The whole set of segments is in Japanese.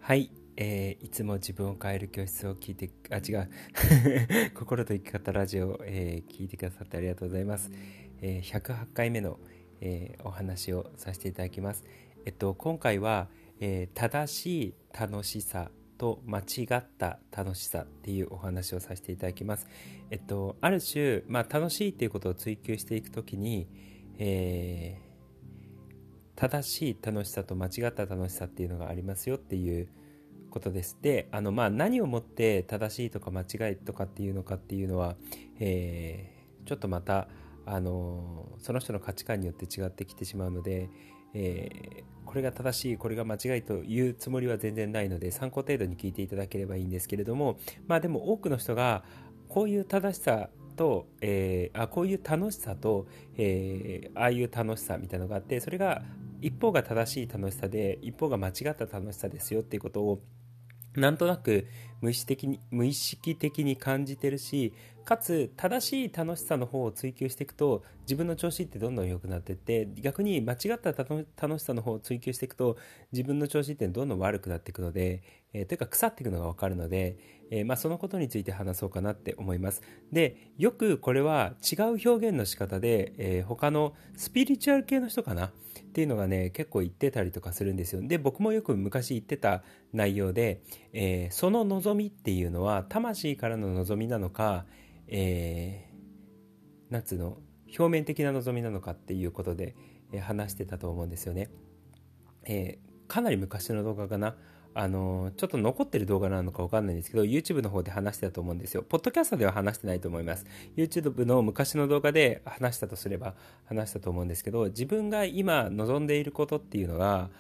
はい、いつも自分を変える教室を聞いて、違う心と生き方ラジオを、聞いてくださってありがとうございます。108回目の、お話をさせていただきます。今回は、正しい楽しさと間違った楽しさっていうお話をさせていただきます。ある種、楽しいっていうことを追求していくときに、正しい楽しさと間違った楽しさっていうのがありますよっていうことです。で、何をもって正しいとか間違いとかっていうのかっていうのは、ちょっとまたその人の価値観によって違ってきてしまうので、これが正しいこれが間違いというつもりは全然ないので、参考程度に聞いていただければいいんですけれども、でも多くの人がこういう正しさと、こういう楽しさと、ああいう楽しさみたいなのがあって、それが一方が正しい楽しさで一方が間違った楽しさですよっていうことをなんとなく無意識的に感じてるし、かつ正しい楽しさの方を追求していくと自分の調子ってどんどん良くなっていって、逆に間違った楽しさの方を追求していくと自分の調子ってどんどん悪くなっていくので、というか腐っていくのが分かるので、そのことについて話そうかなって思います。で、よくこれは違う表現の仕方で、他のスピリチュアル系の人かなっていうのがね結構言ってたりとかするんですよ。で、僕もよく昔言ってた内容で、その望みっていうのは魂からの望みなのか、なんつうの表面的な望みなのかっていうことで、話してたと思うんですよね。かなり昔の動画かな。ちょっと残ってる動画なのか分かんないんですけど YouTube の方で話してたと思うんですよ。ポッドキャストでは話してないと思います。 YouTube の昔の動画で話したとすれば話したと思うんですけど、自分が今望んでいることっていうのが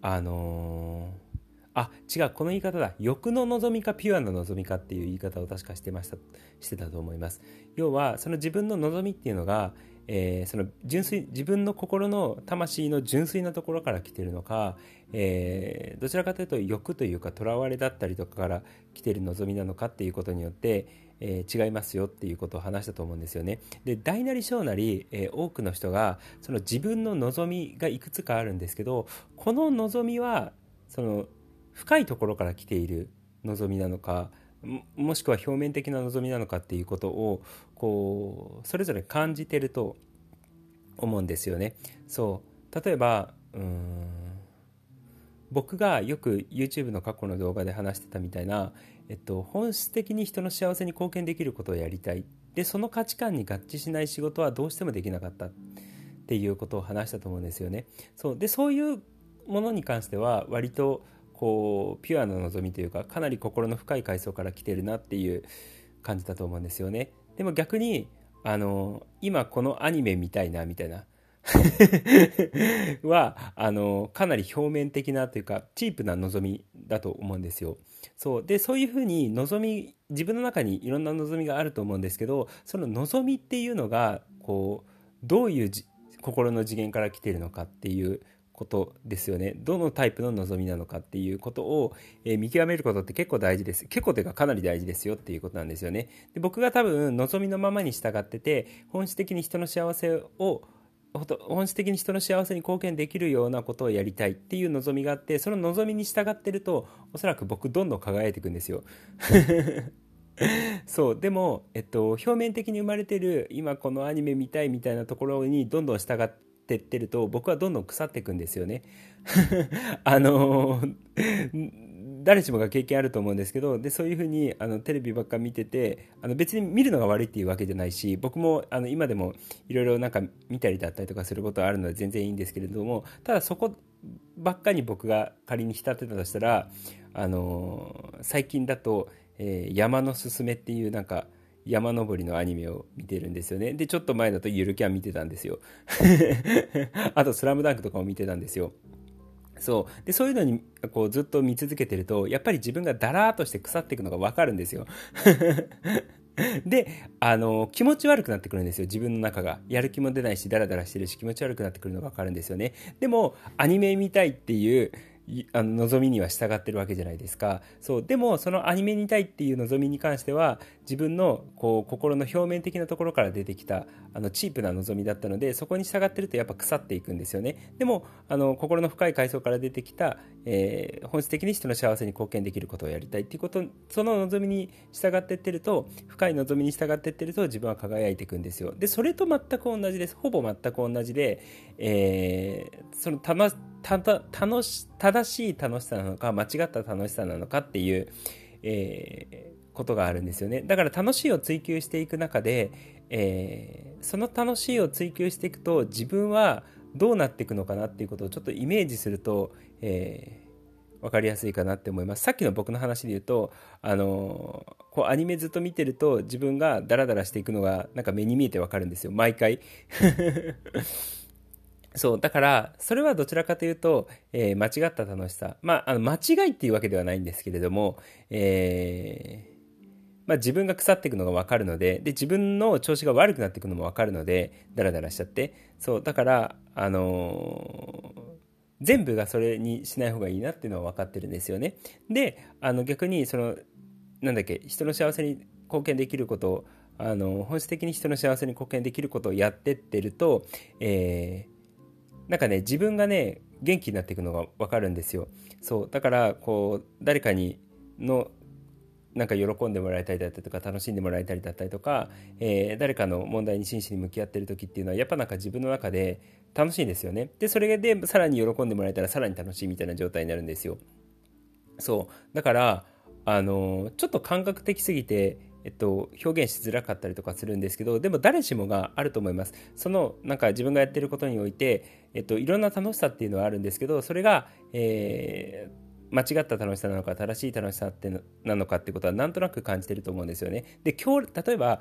違う、この言い方だ。欲の望みかピュアな望みかっていう言い方を確かしてたと思います。要はその自分の望みっていうのが、その自分の心の魂の純粋なところから来ているのか、どちらかというと欲というか囚われだったりとかから来ている望みなのかっていうことによって、違いますよっていうことを話したと思うんですよね。で、大なり小なり、多くの人がその自分の望みがいくつかあるんですけど、この望みはその深いところから来ている望みなのか、もしくは表面的な望みなのかっていうことをそれぞれ感じてると思うんですよね。そう例えば僕がよく YouTube の過去の動画で話してたみたいな、本質的に人の幸せに貢献できることをやりたい。で、その価値観に合致しない仕事はどうしてもできなかったっていうことを話したと思うんですよね。そういうものに関しては割とピュアな望みというか、かなり心の深い階層から来てるなっていう感じだと思うんですよね。でも逆に今このアニメ見たいなみたいなはかなり表面的なというかチープな望みだと思うんですよ。そういうふうに自分の中にいろんな望みがあると思うんですけど、その望みっていうのがどういう心の次元から来ているのかっていうことですよね。どのタイプの望みなのかっていうことを、見極めることって結構大事です。結構というかかなり大事ですよっていうことなんですよね。で、僕が多分望みのままに従ってて、本質的に人の幸せに貢献できるようなことをやりたいっていう望みがあって、その望みに従ってるとおそらく僕どんどん輝いていくんですよ。でも、表面的に生まれてる今このアニメ見たいみたいなところにどんどん従ってってると、僕はどんどん腐っていくんですよね。誰しもが経験あると思うんですけど、でそういうふうにテレビばっか見てて、別に見るのが悪いっていうわけじゃないし、僕も今でもいろいろなんか見たりだったりとかすることはあるので全然いいんですけれども、ただそこばっかに僕が仮に浸ってたとしたら、最近だと、山のすすめっていうなんか山登りのアニメを見てるんですよね。で、ちょっと前だとゆるキャン見てたんですよ。あとスラムダンクとかも見てたんですよ。そういうのにずっと見続けてると、やっぱり自分がダラーっとして腐っていくのが分かるんですよ。で、気持ち悪くなってくるんですよ。自分の中がやる気も出ないし、ダラダラしてるし、気持ち悪くなってくるのが分かるんですよね。でもアニメ見たいっていう望みには従ってるわけじゃないですか。そうでもそのアニメに見たいっていう望みに関しては自分のこう心の表面的なところから出てきたチープな望みだったので、そこに従ってるとやっぱ腐っていくんですよね。でも心の深い階層から出てきた、本質的に人の幸せに貢献できることをやりたいっていうこと、その望みに従っていってると、深い望みに従っていってると自分は輝いていくんですよ。でそれと全く同じです。ほぼ全く同じで、その正しい楽しさなのか間違った楽しさなのかっていう、ことがあるんですよね。だから楽しいを追求していく中で、その楽しいを追求していくと自分はどうなっていくのかなっていうことをちょっとイメージすると、分かりやすいかなって思います。さっきの僕の話で言うと、こうアニメずっと見てると自分がダラダラしていくのがなんか目に見えて分かるんですよ、毎回。そうだからそれはどちらかというと、間違った楽しさ、間違いっていうわけではないんですけれども、自分が腐っていくのが分かるので、自分の調子が悪くなっていくのも分かるので、ダラダラしちゃって、そうだから、全部がそれにしない方がいいなっていうのは分かってるんですよね。で逆に人の幸せに貢献できることを、本質的に人の幸せに貢献できることをやってってると、なんかね、自分がね元気になっていくのが分かるんですよ。そうだからこう誰かにのなんか喜んでもらいたりだったりとか楽しんでもらえたりだったりとか、誰かの問題に真摯に向き合ってる時っていうのはやっぱなんか自分の中で楽しいんですよね。でそれでさらに喜んでもらえたらさらに楽しいみたいな状態になるんですよ。そうだからちょっと感覚的すぎて、表現しづらかったりとかするんですけど、でも誰しもがあると思います。そのなんか自分がやってることにおいて、いろんな楽しさっていうのはあるんですけど、それが、間違った楽しさなのか正しい楽しさってなのかっていうことはなんとなく感じてると思うんですよね。で例えば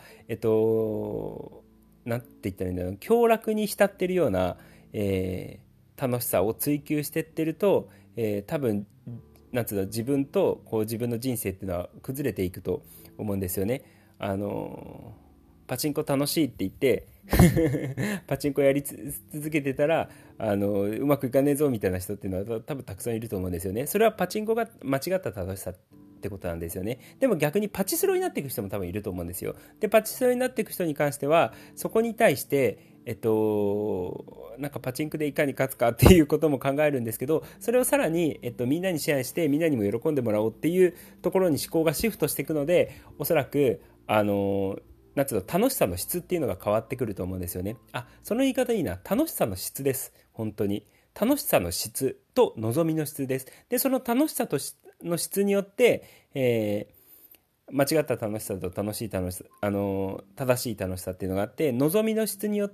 なんて言ったらいいんだろう、享楽に浸ってるような、楽しさを追求してってると、多分なんつうの、自分とこう自分の人生っていうのは崩れていくと思うんですよね。パチンコ楽しいって言ってパチンコやり続けてたらうまくいかねえぞみたいな人っていうのは多分たくさんいると思うんですよね。それはパチンコが間違った楽しさってことなんですよね。でも逆にパチスロになっていく人も多分いると思うんですよ。でパチスロになっていく人に関してはそこに対してなんかパチンコでいかに勝つかっていうことも考えるんですけど、それをさらに、みんなにシェアしてみんなにも喜んでもらおうっていうところに思考がシフトしていくので、おそらくなんつうの、楽しさの質っていうのが変わってくると思うんですよね。その言い方いいな。楽しさの質です。本当に楽しさの質と望みの質です。でその楽しさの質によって、間違った楽しさと正しい楽しさっていうのがあって、望みの質によって、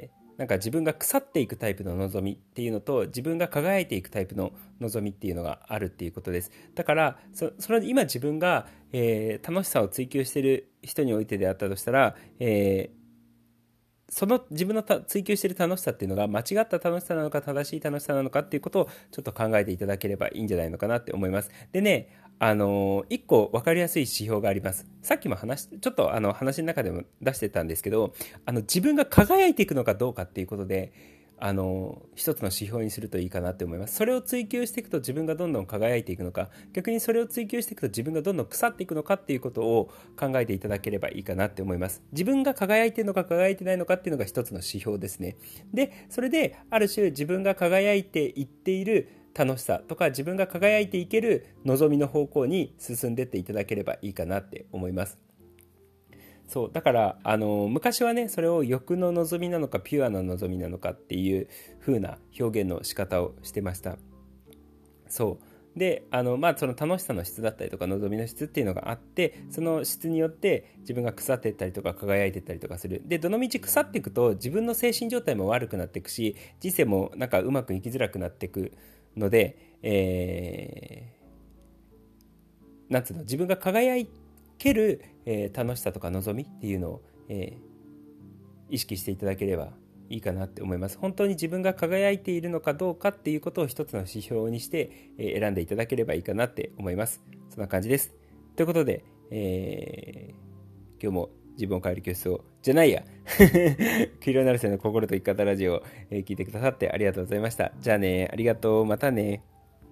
なんか自分が腐っていくタイプの望みっていうのと自分が輝いていくタイプの望みっていうのがあるっていうことです。だからそれで今自分が、楽しさを追求している人においてであったとしたら、その自分の追求している楽しさっていうのが間違った楽しさなのか正しい楽しさなのかっていうことをちょっと考えていただければいいんじゃないのかなって思います。でね、一個分かりやすい指標があります。さっきもちょっと話の中でも出してたんですけど、自分が輝いていくのかどうかっていうことで一つの指標にするといいかなって思います。それを追求していくと自分がどんどん輝いていくのか、逆にそれを追求していくと自分がどんどん腐っていくのかっていうことを考えていただければいいかなって思います。自分が輝いているのか輝いてないのかっていうのが一つの指標ですね。でそれである種自分が輝いていっている楽しさとか自分が輝いていける望みの方向に進んでいっていただければいいかなって思います。そうだから昔はね、それを欲の望みなのかピュアな望みなのかっていう風な表現の仕方をしてました。そうでその楽しさの質だったりとか望みの質っていうのがあって、その質によって自分が腐っていったりとか輝いていったりとかする。でどのみち腐っていくと自分の精神状態も悪くなっていくし、人生もなんかうまくいきづらくなっていくので、なんつうの、自分が輝いける、楽しさとか望みっていうのを、意識していただければいいかなって思います。本当に自分が輝いているのかどうかっていうことを一つの指標にして、選んでいただければいいかなって思います。そんな感じです。ということで、今日も自分を変える教室をじゃないや黄色なるせの心と生き方ラジオを、聞いてくださってありがとうございました。じゃあね、ありがとう、またね。